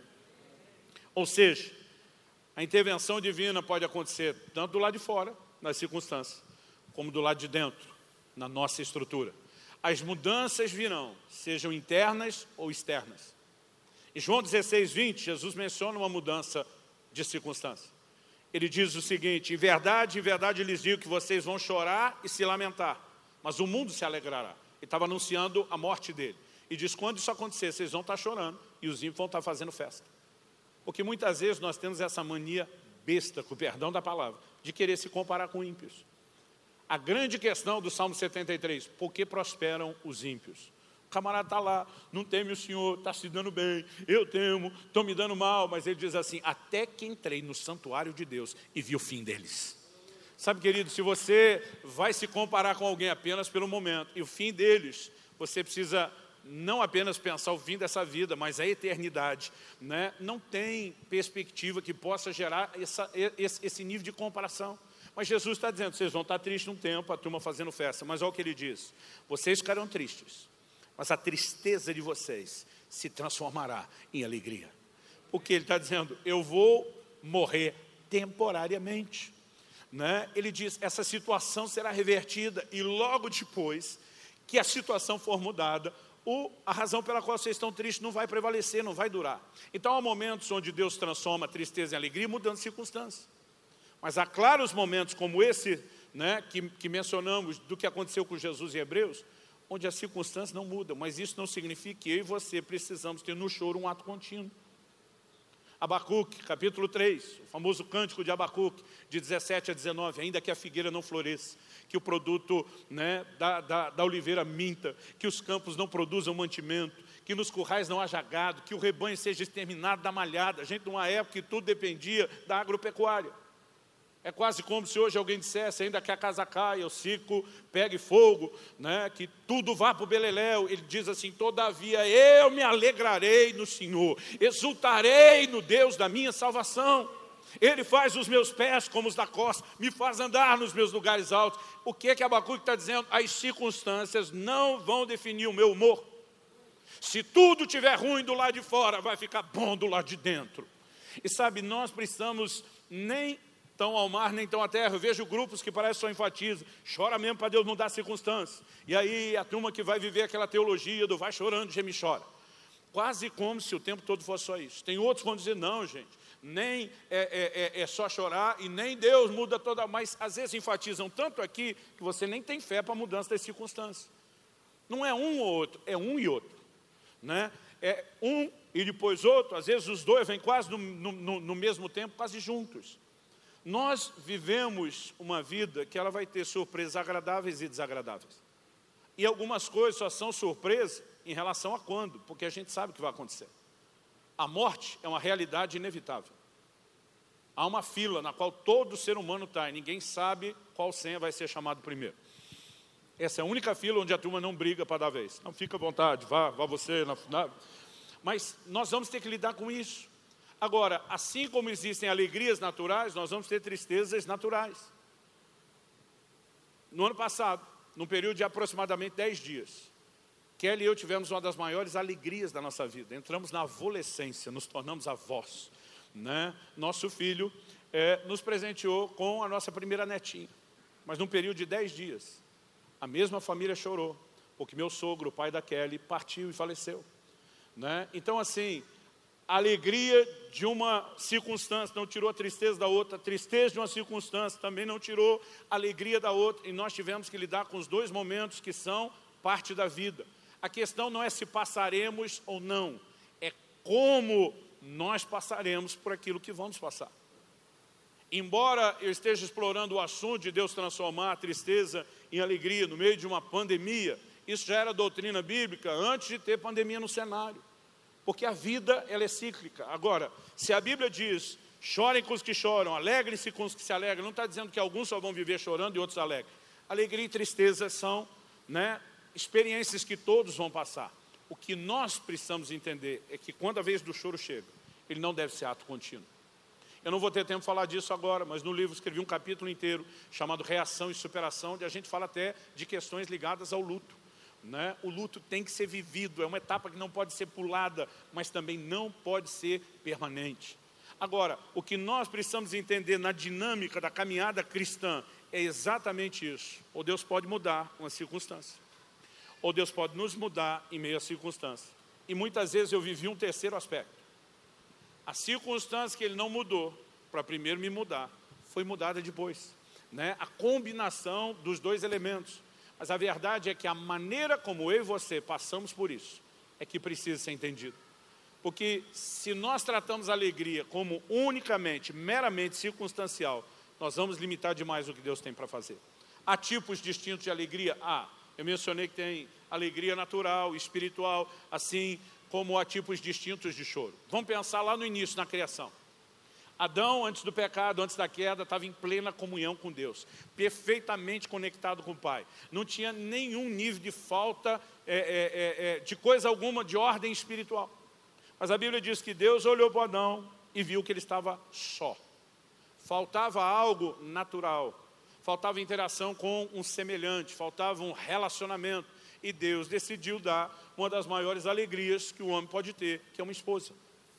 Ou seja, a intervenção divina pode acontecer tanto do lado de fora, nas circunstâncias, como do lado de dentro, na nossa estrutura. As mudanças virão, sejam internas ou externas. Em João dezesseis, vinte, Jesus menciona uma mudança de circunstância. Ele diz o seguinte, em verdade, em verdade lhes digo que vocês vão chorar e se lamentar, mas o mundo se alegrará. Ele estava anunciando a morte dele. E diz, quando isso acontecer, vocês vão estar chorando e os ímpios vão estar fazendo festa. Porque muitas vezes nós temos essa mania besta, com o perdão da palavra, de querer se comparar com ímpios. A grande questão do Salmo setenta e três, por que prosperam os ímpios? O camarada está lá, não teme o Senhor, está se dando bem, eu temo, estão me dando mal, mas ele diz assim, até que entrei no santuário de Deus e vi o fim deles. Sabe, querido, se você vai se comparar com alguém apenas pelo momento e o fim deles, você precisa não apenas pensar o fim dessa vida, mas a eternidade, né? Não tem perspectiva que possa gerar essa, esse, esse nível de comparação. Mas Jesus está dizendo, vocês vão estar tristes um tempo, a turma fazendo festa, mas olha o que ele diz, vocês ficarão tristes, mas a tristeza de vocês se transformará em alegria. Porque ele está dizendo, eu vou morrer temporariamente. Né? Ele diz, essa situação será revertida e logo depois que a situação for mudada, o, a razão pela qual vocês estão tristes não vai prevalecer, não vai durar. Então há momentos onde Deus transforma a tristeza em alegria, mudando circunstâncias. Mas há claros momentos como esse, né, que, que mencionamos do que aconteceu com Jesus em Hebreus, onde as circunstâncias não mudam, mas isso não significa que eu e você precisamos ter no choro um ato contínuo. Abacuque, capítulo três, o famoso cântico de Abacuque, de dezessete a dezenove, ainda que a figueira não floresça, que o produto, né, da, da, da oliveira minta, que os campos não produzam mantimento, que nos currais não haja gado, que o rebanho seja exterminado da malhada. A gente, numa época que tudo dependia da agropecuária. É quase como se hoje alguém dissesse, ainda que a casa caia, o ciclo pegue fogo, né, que tudo vá para o beleléu. Ele diz assim, todavia eu me alegrarei no Senhor, exultarei no Deus da minha salvação. Ele faz os meus pés como os da costa, me faz andar nos meus lugares altos. O que é que Abacuque está dizendo? As circunstâncias não vão definir o meu humor. Se tudo estiver ruim do lado de fora, vai ficar bom do lado de dentro. E sabe, nós precisamos nem tão ao mar, nem tão à terra. Eu vejo grupos que parecem só enfatizam, chora mesmo para Deus mudar as circunstâncias. E aí a turma que vai viver aquela teologia do vai chorando, geme e chora. Quase como se o tempo todo fosse só isso. Tem outros que vão dizer, não, gente, nem é, é, é só chorar e nem Deus muda toda, mas às vezes enfatizam tanto aqui que você nem tem fé para a mudança das circunstâncias. Não é um ou outro, é um e outro. Né? É um e depois outro, às vezes os dois vêm quase no, no, no mesmo tempo, quase juntos. Nós vivemos uma vida que ela vai ter surpresas agradáveis e desagradáveis. E algumas coisas só são surpresas em relação a quando, porque a gente sabe o que vai acontecer. A morte é uma realidade inevitável. Há uma fila na qual todo ser humano está e ninguém sabe qual senha vai ser chamado primeiro. Essa é a única fila onde a turma não briga para dar vez. Não, fica à vontade, vá, vá você. Na, na... Mas nós vamos ter que lidar com isso. Agora, assim como existem alegrias naturais, nós vamos ter tristezas naturais. No ano passado, num período de aproximadamente dez dias, Kelly e eu tivemos uma das maiores alegrias da nossa vida. Entramos na adolescência, nos tornamos avós. Né? Nosso filho é, nos presenteou com a nossa primeira netinha. Mas num período de dez dias, a mesma família chorou, porque meu sogro, o pai da Kelly, partiu e faleceu. Né? Então, assim, a alegria de uma circunstância não tirou a tristeza da outra, a tristeza de uma circunstância também não tirou a alegria da outra, e nós tivemos que lidar com os dois momentos que são parte da vida. A questão não é se passaremos ou não, é como nós passaremos por aquilo que vamos passar. Embora eu esteja explorando o assunto de Deus transformar a tristeza em alegria no meio de uma pandemia, isso já era doutrina bíblica antes de ter pandemia no cenário. Porque a vida, ela é cíclica. Agora, se a Bíblia diz, chorem com os que choram, alegrem-se com os que se alegram, não está dizendo que alguns só vão viver chorando e outros alegres. Alegria e tristeza são, né, experiências que todos vão passar. O que nós precisamos entender é que quando a vez do choro chega, ele não deve ser ato contínuo. Eu não vou ter tempo de falar disso agora, mas no livro escrevi um capítulo inteiro chamado Reação e Superação, onde a gente fala até de questões ligadas ao luto. Né? O luto tem que ser vivido, é uma etapa que não pode ser pulada, mas também não pode ser permanente. Agora, o que nós precisamos entender na dinâmica da caminhada cristã é exatamente isso. Ou Deus pode mudar uma circunstância, ou Deus pode nos mudar em meio à circunstância. E muitas vezes eu vivi um terceiro aspecto. A circunstância que ele não mudou, para primeiro me mudar, foi mudada depois. Né? A combinação dos dois elementos. Mas a verdade é que a maneira como eu e você passamos por isso é que precisa ser entendido. Porque se nós tratamos a alegria como unicamente, meramente circunstancial, nós vamos limitar demais o que Deus tem para fazer. Há tipos distintos de alegria? Ah, eu mencionei que tem alegria natural, espiritual, assim como há tipos distintos de choro. Vamos pensar lá no início, na criação. Adão, antes do pecado, antes da queda, estava em plena comunhão com Deus, perfeitamente conectado com o Pai. Não tinha nenhum nível de falta é, é, é, de coisa alguma de ordem espiritual. Mas a Bíblia diz que Deus olhou para Adão e viu que ele estava só. Faltava algo natural, faltava interação com um semelhante, faltava um relacionamento. E Deus decidiu dar uma das maiores alegrias que o homem pode ter, que é uma esposa.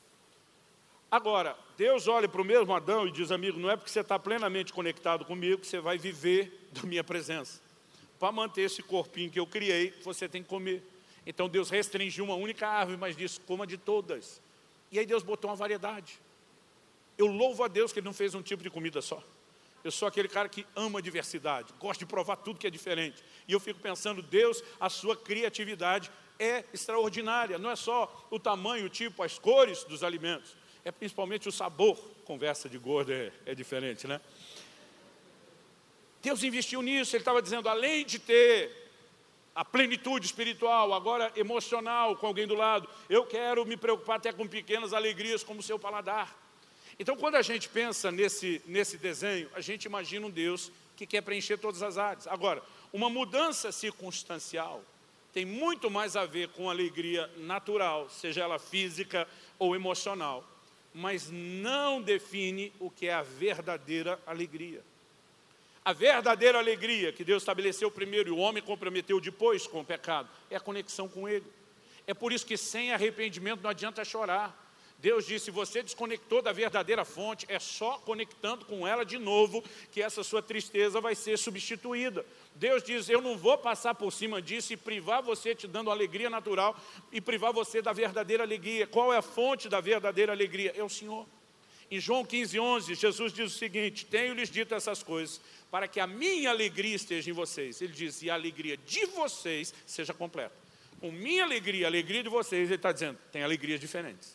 Agora, Deus olha para o mesmo Adão e diz, amigo, não é porque você está plenamente conectado comigo que você vai viver da minha presença. Para manter esse corpinho que eu criei, você tem que comer. Então Deus restringiu uma única árvore, mas disse, coma de todas. E aí Deus botou uma variedade. Eu louvo a Deus que Ele não fez um tipo de comida só. Eu sou aquele cara que ama a diversidade, gosta de provar tudo que é diferente. E eu fico pensando, Deus, a sua criatividade é extraordinária. Não é só o tamanho, o tipo, as cores dos alimentos. É principalmente o sabor. Conversa de gordo é, é diferente, né? Deus investiu nisso. Ele estava dizendo, além de ter a plenitude espiritual, agora emocional, com alguém do lado, eu quero me preocupar até com pequenas alegrias, como o seu paladar. Então, quando a gente pensa nesse, nesse desenho, a gente imagina um Deus que quer preencher todas as áreas. Agora, uma mudança circunstancial tem muito mais a ver com alegria natural, seja ela física ou emocional, mas não define o que é a verdadeira alegria. A verdadeira alegria que Deus estabeleceu primeiro e o homem comprometeu depois com o pecado, é a conexão com Ele. É por isso que sem arrependimento não adianta chorar. Deus disse, você desconectou da verdadeira fonte, é só conectando com ela de novo que essa sua tristeza vai ser substituída. Deus diz, eu não vou passar por cima disso e privar você te dando alegria natural e privar você da verdadeira alegria. Qual é a fonte da verdadeira alegria? É o Senhor. Em João quinze, onze, Jesus diz o seguinte, tenho-lhes dito essas coisas para que a minha alegria esteja em vocês. Ele diz, e a alegria de vocês seja completa. Com minha alegria, a alegria de vocês, ele está dizendo, tem alegrias diferentes.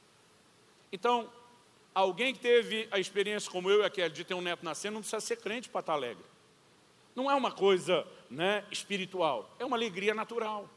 Então, alguém que teve a experiência como eu e aquele de ter um neto nascendo, não precisa ser crente para estar alegre. Não é uma coisa, né, espiritual, é uma alegria natural.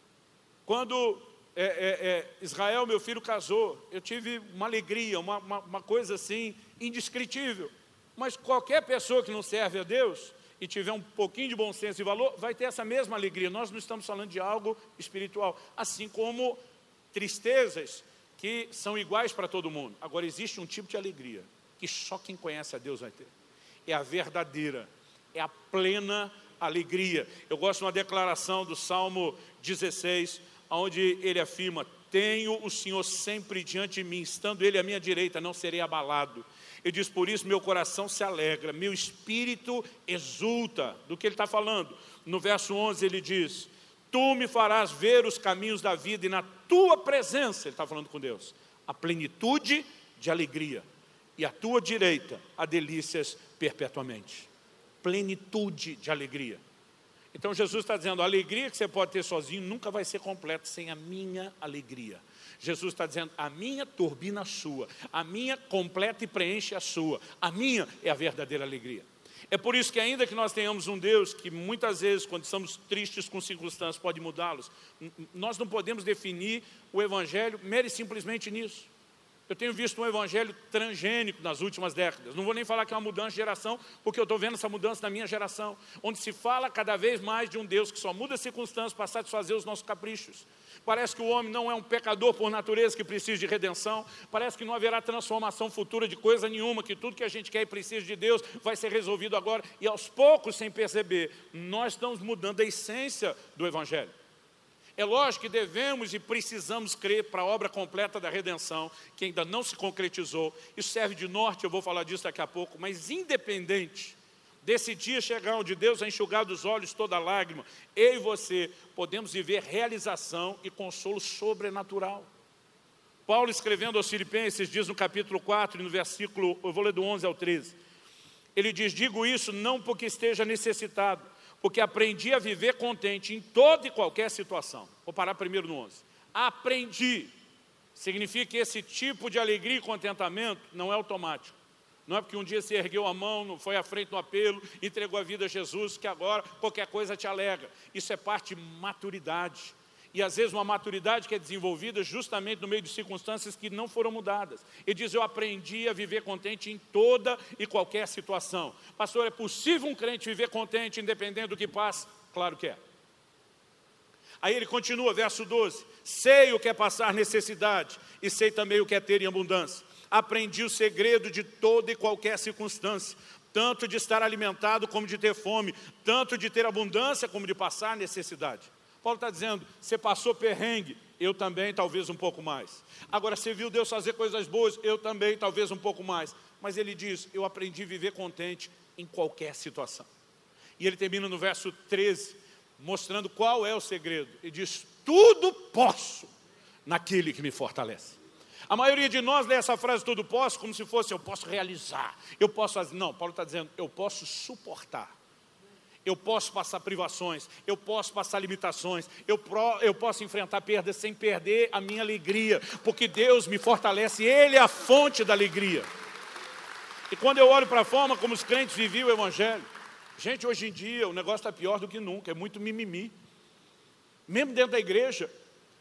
Quando é, é, é, Israel, meu filho, casou, eu tive uma alegria, uma, uma, uma coisa assim, indescritível. Mas qualquer pessoa que não serve a Deus e tiver um pouquinho de bom senso e valor, vai ter essa mesma alegria. Nós não estamos falando de algo espiritual, assim como tristezas que são iguais para todo mundo. Agora, existe um tipo de alegria que só quem conhece a Deus vai ter. É a verdadeira, é a plena alegria. Eu gosto de uma declaração do Salmo dezesseis, onde ele afirma, tenho o Senhor sempre diante de mim, estando Ele à minha direita, não serei abalado. Ele diz, por isso meu coração se alegra, meu espírito exulta. Do que ele está falando? No verso onze ele diz, tu me farás ver os caminhos da vida e na tua presença, ele está falando com Deus, a plenitude de alegria. E à tua direita, há delícias perpetuamente. Plenitude de alegria. Então Jesus está dizendo, a alegria que você pode ter sozinho nunca vai ser completa sem a minha alegria. Jesus está dizendo, a minha turbina a sua, a minha completa e preenche a sua, a minha é a verdadeira alegria. É por isso que ainda que nós tenhamos um Deus que muitas vezes, quando estamos tristes com circunstâncias, pode mudá-los, nós não podemos definir o Evangelho mere e simplesmente nisso. Eu tenho visto um evangelho transgênico nas últimas décadas. Não vou nem falar que é uma mudança de geração, porque eu estou vendo essa mudança na minha geração, onde se fala cada vez mais de um Deus que só muda as circunstâncias para satisfazer os nossos caprichos. Parece que o homem não é um pecador por natureza que precisa de redenção. Parece que não haverá transformação futura de coisa nenhuma, que tudo que a gente quer e precisa de Deus vai ser resolvido agora. E aos poucos, sem perceber, nós estamos mudando a essência do evangelho. É lógico que devemos e precisamos crer para a obra completa da redenção, que ainda não se concretizou. Isso serve de norte, eu vou falar disso daqui a pouco, mas independente desse dia chegar onde Deus vai enxugar dos olhos toda lágrima, eu e você podemos viver realização e consolo sobrenatural. Paulo, escrevendo aos Filipenses, diz no capítulo quatro, no versículo, eu vou ler do onze ao treze, ele diz: digo isso não porque esteja necessitado, porque aprendi a viver contente em toda e qualquer situação. Vou parar primeiro no onze. Aprendi. Significa que esse tipo de alegria e contentamento não é automático. Não é porque um dia você ergueu a mão, não foi à frente no apelo, entregou a vida a Jesus, que agora qualquer coisa te alegra. Isso é parte de maturidade. E às vezes uma maturidade que é desenvolvida justamente no meio de circunstâncias que não foram mudadas. Ele diz: eu aprendi a viver contente em toda e qualquer situação. Pastor, é possível um crente viver contente independente do que passa? Claro que é. Aí ele continua, verso doze. Sei o que é passar necessidade e sei também o que é ter em abundância. Aprendi o segredo de toda e qualquer circunstância, tanto de estar alimentado como de ter fome, tanto de ter abundância como de passar necessidade. Paulo está dizendo: você passou perrengue, eu também, talvez um pouco mais. Agora, você viu Deus fazer coisas boas, eu também, talvez um pouco mais. Mas ele diz: eu aprendi a viver contente em qualquer situação. E ele termina no verso treze, mostrando qual é o segredo. Ele diz: tudo posso naquele que me fortalece. A maioria de nós lê essa frase, tudo posso, como se fosse eu posso realizar, eu posso fazer. Não, Paulo está dizendo, eu posso suportar. Eu posso passar privações, eu posso passar limitações, eu, pro, eu posso enfrentar perdas sem perder a minha alegria, porque Deus me fortalece, Ele é a fonte da alegria. E quando eu olho para a forma como os crentes viviam o Evangelho, gente, hoje em dia o negócio está pior do que nunca, é muito mimimi. Mesmo dentro da igreja,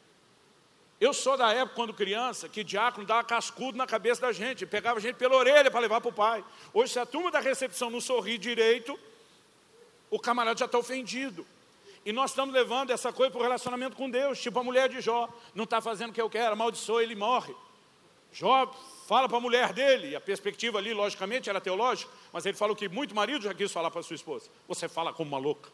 eu sou da época, quando criança, que diácono dava cascudo na cabeça da gente, pegava a gente pela orelha para levar para o pai. Hoje, se a turma da recepção não sorri direito, o camarada já está ofendido. E nós estamos levando essa coisa para o relacionamento com Deus, tipo a mulher de Jó, não está fazendo o que eu quero, amaldiçoa, ele morre. Jó fala para a mulher dele, e a perspectiva ali, logicamente, era teológica, mas ele fala o que muito marido já quis falar para a sua esposa: você fala como uma louca.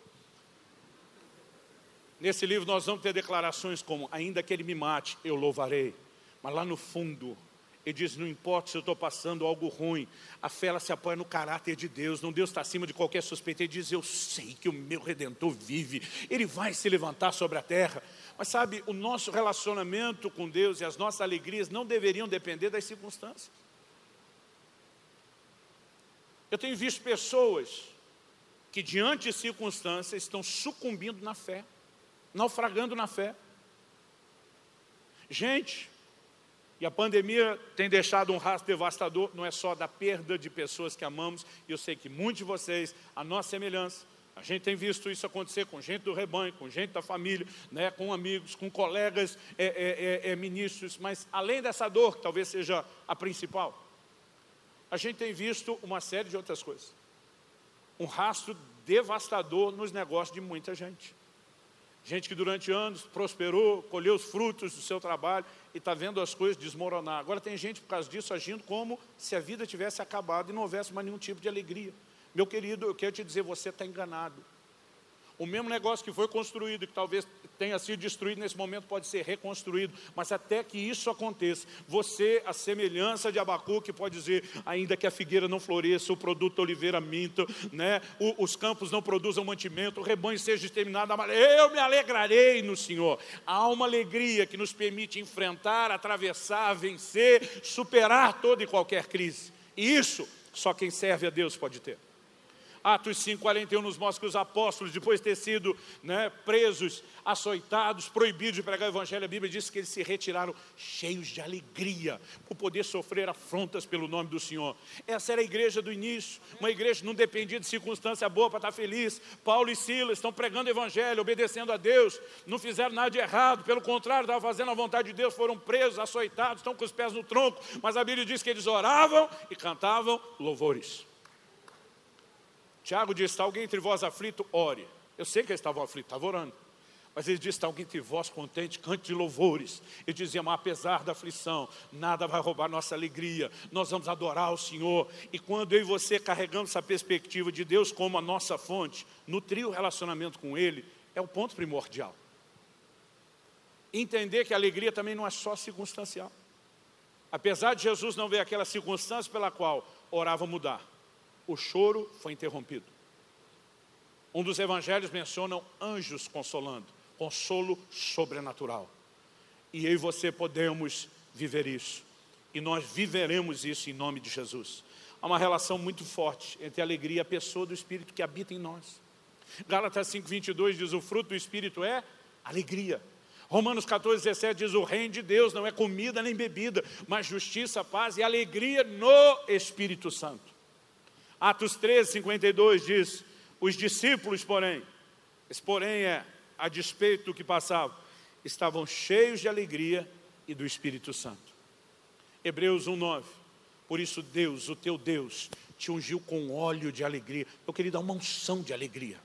Nesse livro nós vamos ter declarações como: ainda que ele me mate, eu louvarei. Mas lá no fundo, ele diz: não importa se eu estou passando algo ruim, a fé ela se apoia no caráter de Deus, não Deus está acima de qualquer suspeita. Ele diz: eu sei que o meu Redentor vive, Ele vai se levantar sobre a terra. Mas sabe, o nosso relacionamento com Deus e as nossas alegrias não deveriam depender das circunstâncias. Eu tenho visto pessoas que diante de circunstâncias estão sucumbindo na fé, naufragando na fé. Gente, e a pandemia tem deixado um rastro devastador, não é só da perda de pessoas que amamos, e eu sei que muitos de vocês, a nossa semelhança, a gente tem visto isso acontecer com gente do rebanho, com gente da família, né, com amigos, com colegas é, é, é, é, ministros, mas além dessa dor, que talvez seja a principal, a gente tem visto uma série de outras coisas. Um rastro devastador nos negócios de muita gente. Gente que durante anos prosperou, colheu os frutos do seu trabalho e está vendo as coisas desmoronar. Agora tem gente, por causa disso, agindo como se a vida tivesse acabado e não houvesse mais nenhum tipo de alegria. Meu querido, eu quero te dizer, você está enganado. O mesmo negócio que foi construído, que talvez tenha sido destruído nesse momento, pode ser reconstruído. Mas até que isso aconteça, você, a semelhança de Abacuque, pode dizer: ainda que a figueira não floresça, o produto da oliveira minta, né? o, os campos não produzam mantimento, o rebanho seja exterminado, eu me alegrarei no Senhor. Há uma alegria que nos permite enfrentar, atravessar, vencer, superar toda e qualquer crise. E isso só quem serve a Deus pode ter. Atos cinco, quarenta e um nos mostra que os apóstolos, depois de ter sido né, presos, açoitados, proibidos de pregar o evangelho, a Bíblia diz que eles se retiraram cheios de alegria por poder sofrer afrontas pelo nome do Senhor. Essa era a igreja do início, uma igreja que não dependia de circunstância boa para estar feliz. Paulo e Silas estão pregando o evangelho, obedecendo a Deus, não fizeram nada de errado, pelo contrário, estavam fazendo a vontade de Deus, foram presos, açoitados, estão com os pés no tronco, mas a Bíblia diz que eles oravam e cantavam louvores. Tiago diz, está alguém entre vós aflito, ore. Eu sei que eles estavam aflitos, estavam orando. Mas ele diz, está alguém entre vós contente, cante de louvores. Ele dizia, mas apesar da aflição, nada vai roubar nossa alegria. Nós vamos adorar o Senhor. E quando eu e você carregamos essa perspectiva de Deus como a nossa fonte, nutrir o relacionamento com Ele, é o ponto primordial. Entender que a alegria também não é só circunstancial. Apesar de Jesus não ver aquela circunstância pela qual orava mudar, o choro foi interrompido. Um dos evangelhos menciona anjos consolando, consolo sobrenatural. E eu e você podemos viver isso. E nós viveremos isso em nome de Jesus. Há uma relação muito forte entre a alegria e a pessoa do Espírito que habita em nós. Gálatas cinco, vinte e dois diz, o fruto do Espírito é alegria. Romanos quatorze, dezessete diz, o reino de Deus não é comida nem bebida, mas justiça, paz e alegria no Espírito Santo. Atos treze, cinquenta e dois diz, os discípulos, porém, esse porém é a despeito do que passavam, estavam cheios de alegria e do Espírito Santo. Hebreus um, nove, por isso Deus, o teu Deus, te ungiu com óleo de alegria. Eu queria dar uma unção de alegria.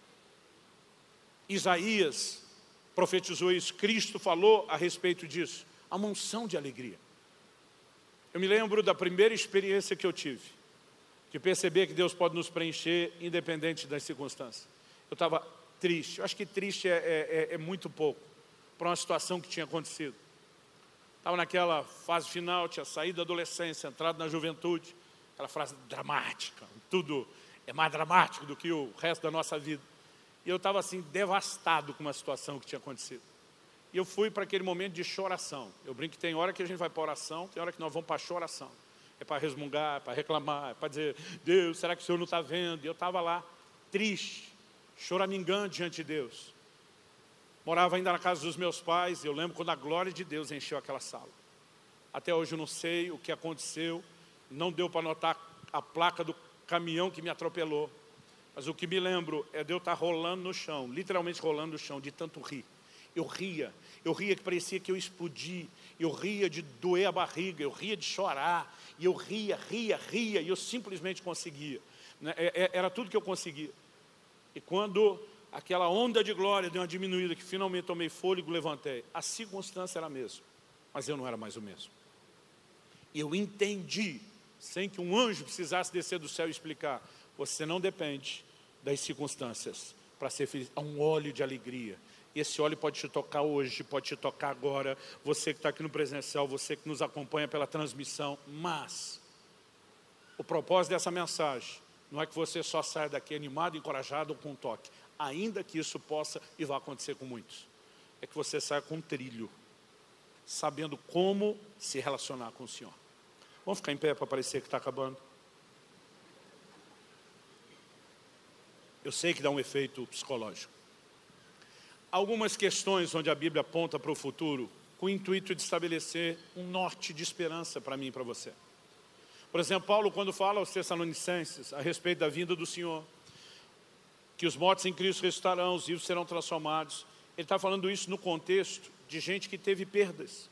Isaías profetizou isso, Cristo falou a respeito disso, uma unção de alegria. Eu me lembro da primeira experiência que eu tive, de perceber que Deus pode nos preencher independente das circunstâncias. Eu estava triste, eu acho que triste é, é, é muito pouco, para uma situação que tinha acontecido. Estava naquela fase final, tinha saído da adolescência, entrado na juventude, aquela frase dramática, tudo é mais dramático do que o resto da nossa vida. E eu estava assim, devastado com uma situação que tinha acontecido. E eu fui para aquele momento de choração. Eu brinco que tem hora que a gente vai para oração, tem hora que nós vamos para a choração. É para resmungar, é para reclamar, é para dizer, Deus, será que o Senhor não está vendo? E eu estava lá, triste, choramingando diante de Deus. Morava ainda na casa dos meus pais, eu lembro quando a glória de Deus encheu aquela sala. Até hoje eu não sei o que aconteceu, não deu para notar a placa do caminhão que me atropelou. Mas o que me lembro é de eu estar rolando no chão, literalmente rolando no chão, de tanto rir. Eu ria, eu ria que parecia que eu explodi, eu ria de doer a barriga, eu ria de chorar, e eu ria, ria, ria, e eu simplesmente conseguia. Era tudo que eu conseguia. E quando aquela onda de glória deu uma diminuída, que finalmente tomei fôlego, levantei, a circunstância era a mesma, mas eu não era mais o mesmo. E eu entendi, sem que um anjo precisasse descer do céu e explicar, você não depende das circunstâncias para ser feliz. Há um óleo de alegria. Esse óleo pode te tocar hoje, pode te tocar agora, você que está aqui no presencial, você que nos acompanha pela transmissão, mas o propósito dessa mensagem não é que você só saia daqui animado, encorajado ou com um toque, ainda que isso possa e vá acontecer com muitos, é que você saia com um trilho, sabendo como se relacionar com o Senhor. Vamos ficar em pé para parecer que está acabando? Eu sei que dá um efeito psicológico. Algumas questões onde a Bíblia aponta para o futuro com o intuito de estabelecer um norte de esperança para mim e para você. Por exemplo, Paulo, quando fala aos Tessalonicenses a respeito da vinda do Senhor, que os mortos em Cristo ressuscitarão, os vivos serão transformados, ele está falando isso no contexto de gente que teve perdas,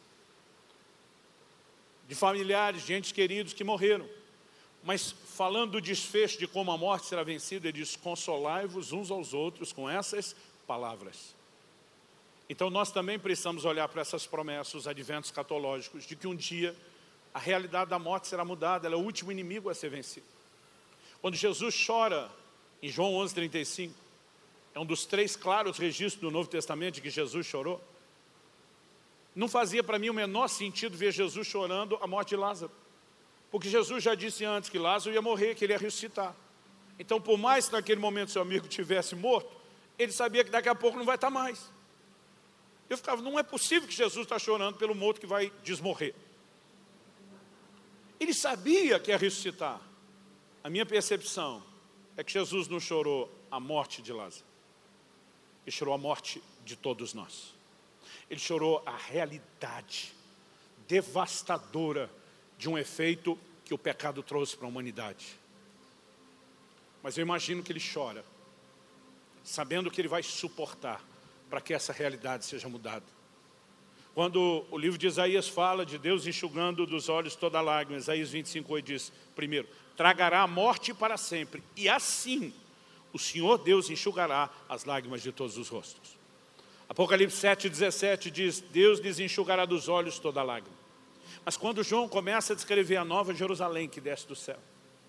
de familiares, de entes queridos que morreram. Mas falando do desfecho de como a morte será vencida, ele diz, consolai-vos uns aos outros com essas palavras. Então nós também precisamos olhar para essas promessas, os adventos escatológicos, de que um dia a realidade da morte será mudada, ela é o último inimigo a ser vencido. Quando Jesus chora, em João onze, trinta e cinco, é um dos três claros registros do Novo Testamento de que Jesus chorou. Não fazia para mim o menor sentido ver Jesus chorando a morte de Lázaro. Porque Jesus já disse antes que Lázaro ia morrer, que ele ia ressuscitar. Então, por mais que naquele momento seu amigo tivesse morto, ele sabia que daqui a pouco não vai estar mais. Eu ficava, não é possível que Jesus está chorando pelo morto que vai desmorrer. Ele sabia que ia ressuscitar. A minha percepção é que Jesus não chorou a morte de Lázaro. Ele chorou a morte de todos nós. Ele chorou a realidade devastadora de um efeito que o pecado trouxe para a humanidade. Mas eu imagino que ele chora, sabendo que ele vai suportar para que essa realidade seja mudada. Quando o livro de Isaías fala de Deus enxugando dos olhos toda lágrima, Isaías vinte e cinco, oito diz, primeiro, tragará a morte para sempre, e assim o Senhor Deus enxugará as lágrimas de todos os rostos. Apocalipse sete, dezessete diz, Deus lhes enxugará dos olhos toda lágrima. Mas quando João começa a descrever a nova Jerusalém que desce do céu,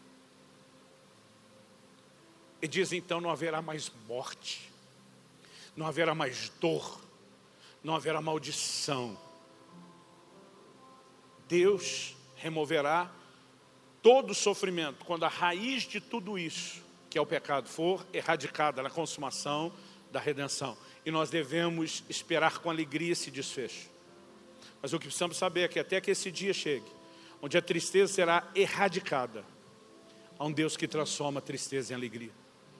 ele diz, então não haverá mais morte, não haverá mais dor, não haverá maldição. Deus removerá todo o sofrimento quando a raiz de tudo isso, que é o pecado, for erradicada na consumação da redenção. E nós devemos esperar com alegria esse desfecho. Mas o que precisamos saber é que até que esse dia chegue, onde a tristeza será erradicada, há um Deus que transforma a tristeza em alegria.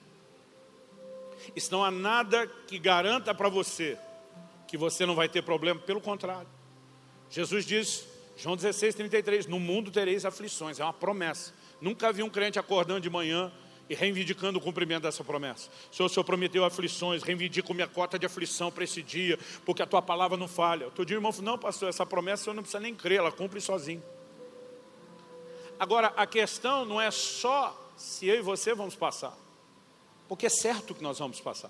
E se não há nada que garanta para você que você não vai ter problema, pelo contrário. Jesus diz, João dezesseis, trinta e três, no mundo tereis aflições, é uma promessa. Nunca vi um crente acordando de manhã e reivindicando o cumprimento dessa promessa. Senhor, o Senhor prometeu aflições, reivindico minha cota de aflição para esse dia, porque a tua palavra não falha. Outro dia o irmão falou, não pastor, essa promessa o senhor não precisa nem crer, ela cumpre sozinho. Agora, a questão não é só se eu e você vamos passar, porque é certo que nós vamos passar.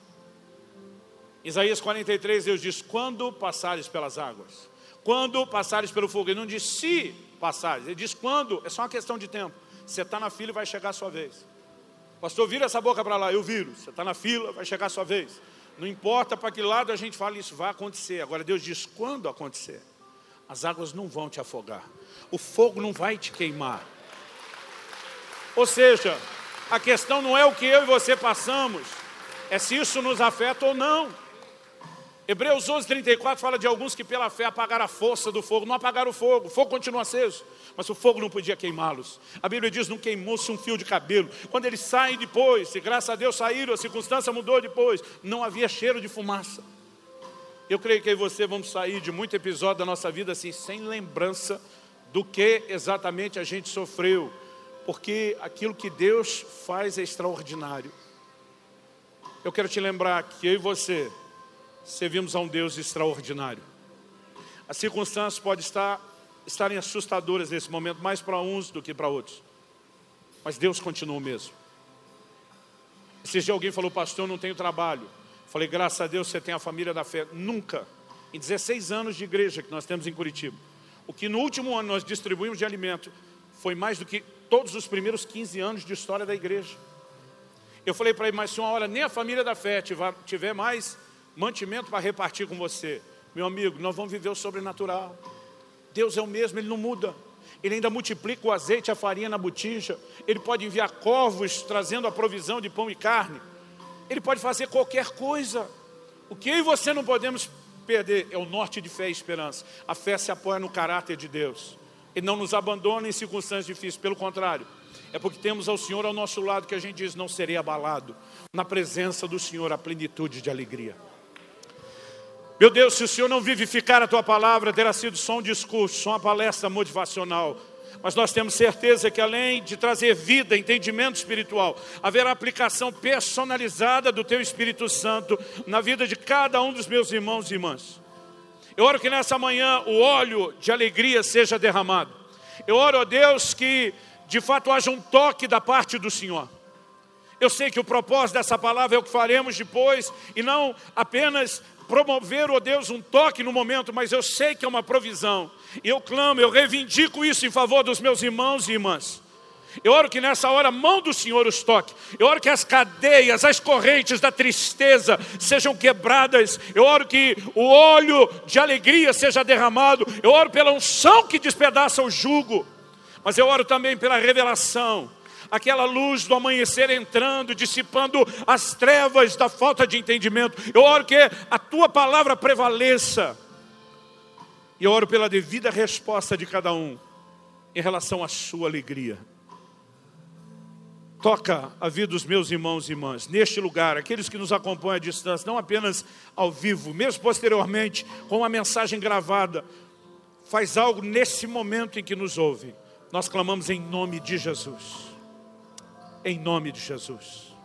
Isaías quarenta e três, Deus diz, quando passares pelas águas, quando passares pelo fogo, ele não diz se passares, ele diz quando, é só uma questão de tempo. Você está na fila e vai chegar a sua vez. Pastor, vira essa boca para lá, eu viro. Você está na fila, vai chegar a sua vez. Não importa para que lado a gente fala, isso vai acontecer. Agora Deus diz, quando acontecer, as águas não vão te afogar, o fogo não vai te queimar. Ou seja, a questão não é o que eu e você passamos, é se isso nos afeta ou não. Hebreus onze, trinta e quatro fala de alguns que pela fé apagaram a força do fogo. Não apagaram o fogo, o fogo continua aceso, mas o fogo não podia queimá-los. A Bíblia diz, não queimou-se um fio de cabelo. Quando eles saem depois, e graças a Deus saíram, a circunstância mudou depois, não havia cheiro de fumaça. Eu creio que eu e você vamos sair de muito episódio da nossa vida assim, sem lembrança do que exatamente a gente sofreu, porque aquilo que Deus faz é extraordinário. Eu quero te lembrar que eu e você servimos a um Deus extraordinário. As circunstâncias podem estar, estarem assustadoras nesse momento, mais para uns do que para outros. Mas Deus continua o mesmo. Esse dia alguém falou, pastor, eu não tenho trabalho. Falei, graças a Deus você tem a família da fé. Nunca, em dezesseis anos de igreja que nós temos em Curitiba, o que no último ano nós distribuímos de alimento foi mais do que todos os primeiros quinze anos de história da igreja. Eu falei para ele, mas se uma hora nem a família da fé tiver, tiver mais mantimento para repartir com você, meu amigo, nós vamos viver o sobrenatural. Deus é o mesmo, Ele não muda. Ele ainda multiplica o azeite e a farinha na botija. Ele pode enviar corvos trazendo a provisão de pão e carne. Ele pode fazer qualquer coisa. O que eu e você não podemos perder é o norte de fé e esperança. A fé se apoia no caráter de Deus. Ele não nos abandona em circunstâncias difíceis, pelo contrário. É porque temos ao Senhor ao nosso lado que a gente diz, não serei abalado. Na presença do Senhor, a plenitude de alegria. Meu Deus, se o Senhor não vivificar a Tua palavra, terá sido só um discurso, só uma palestra motivacional. Mas nós temos certeza que além de trazer vida, entendimento espiritual, haverá aplicação personalizada do Teu Espírito Santo na vida de cada um dos meus irmãos e irmãs. Eu oro que nessa manhã o óleo de alegria seja derramado. Eu oro, ó Deus, que de fato haja um toque da parte do Senhor. Eu sei que o propósito dessa palavra é o que faremos depois, e não apenas promover, ó Deus, um toque no momento, mas eu sei que é uma provisão. E eu clamo, eu reivindico isso em favor dos meus irmãos e irmãs. Eu oro que nessa hora a mão do Senhor os toque. Eu oro que as cadeias, as correntes da tristeza sejam quebradas. Eu oro que o óleo de alegria seja derramado. Eu oro pela unção que despedaça o jugo. Mas eu oro também pela revelação. Aquela luz do amanhecer entrando, dissipando as trevas da falta de entendimento. Eu oro que a Tua palavra prevaleça. E eu oro pela devida resposta de cada um em relação à sua alegria. Toca a vida dos meus irmãos e irmãs, neste lugar, aqueles que nos acompanham à distância, não apenas ao vivo, mesmo posteriormente, com uma mensagem gravada. Faz algo nesse momento em que nos ouve. Nós clamamos em nome de Jesus. Em nome de Jesus.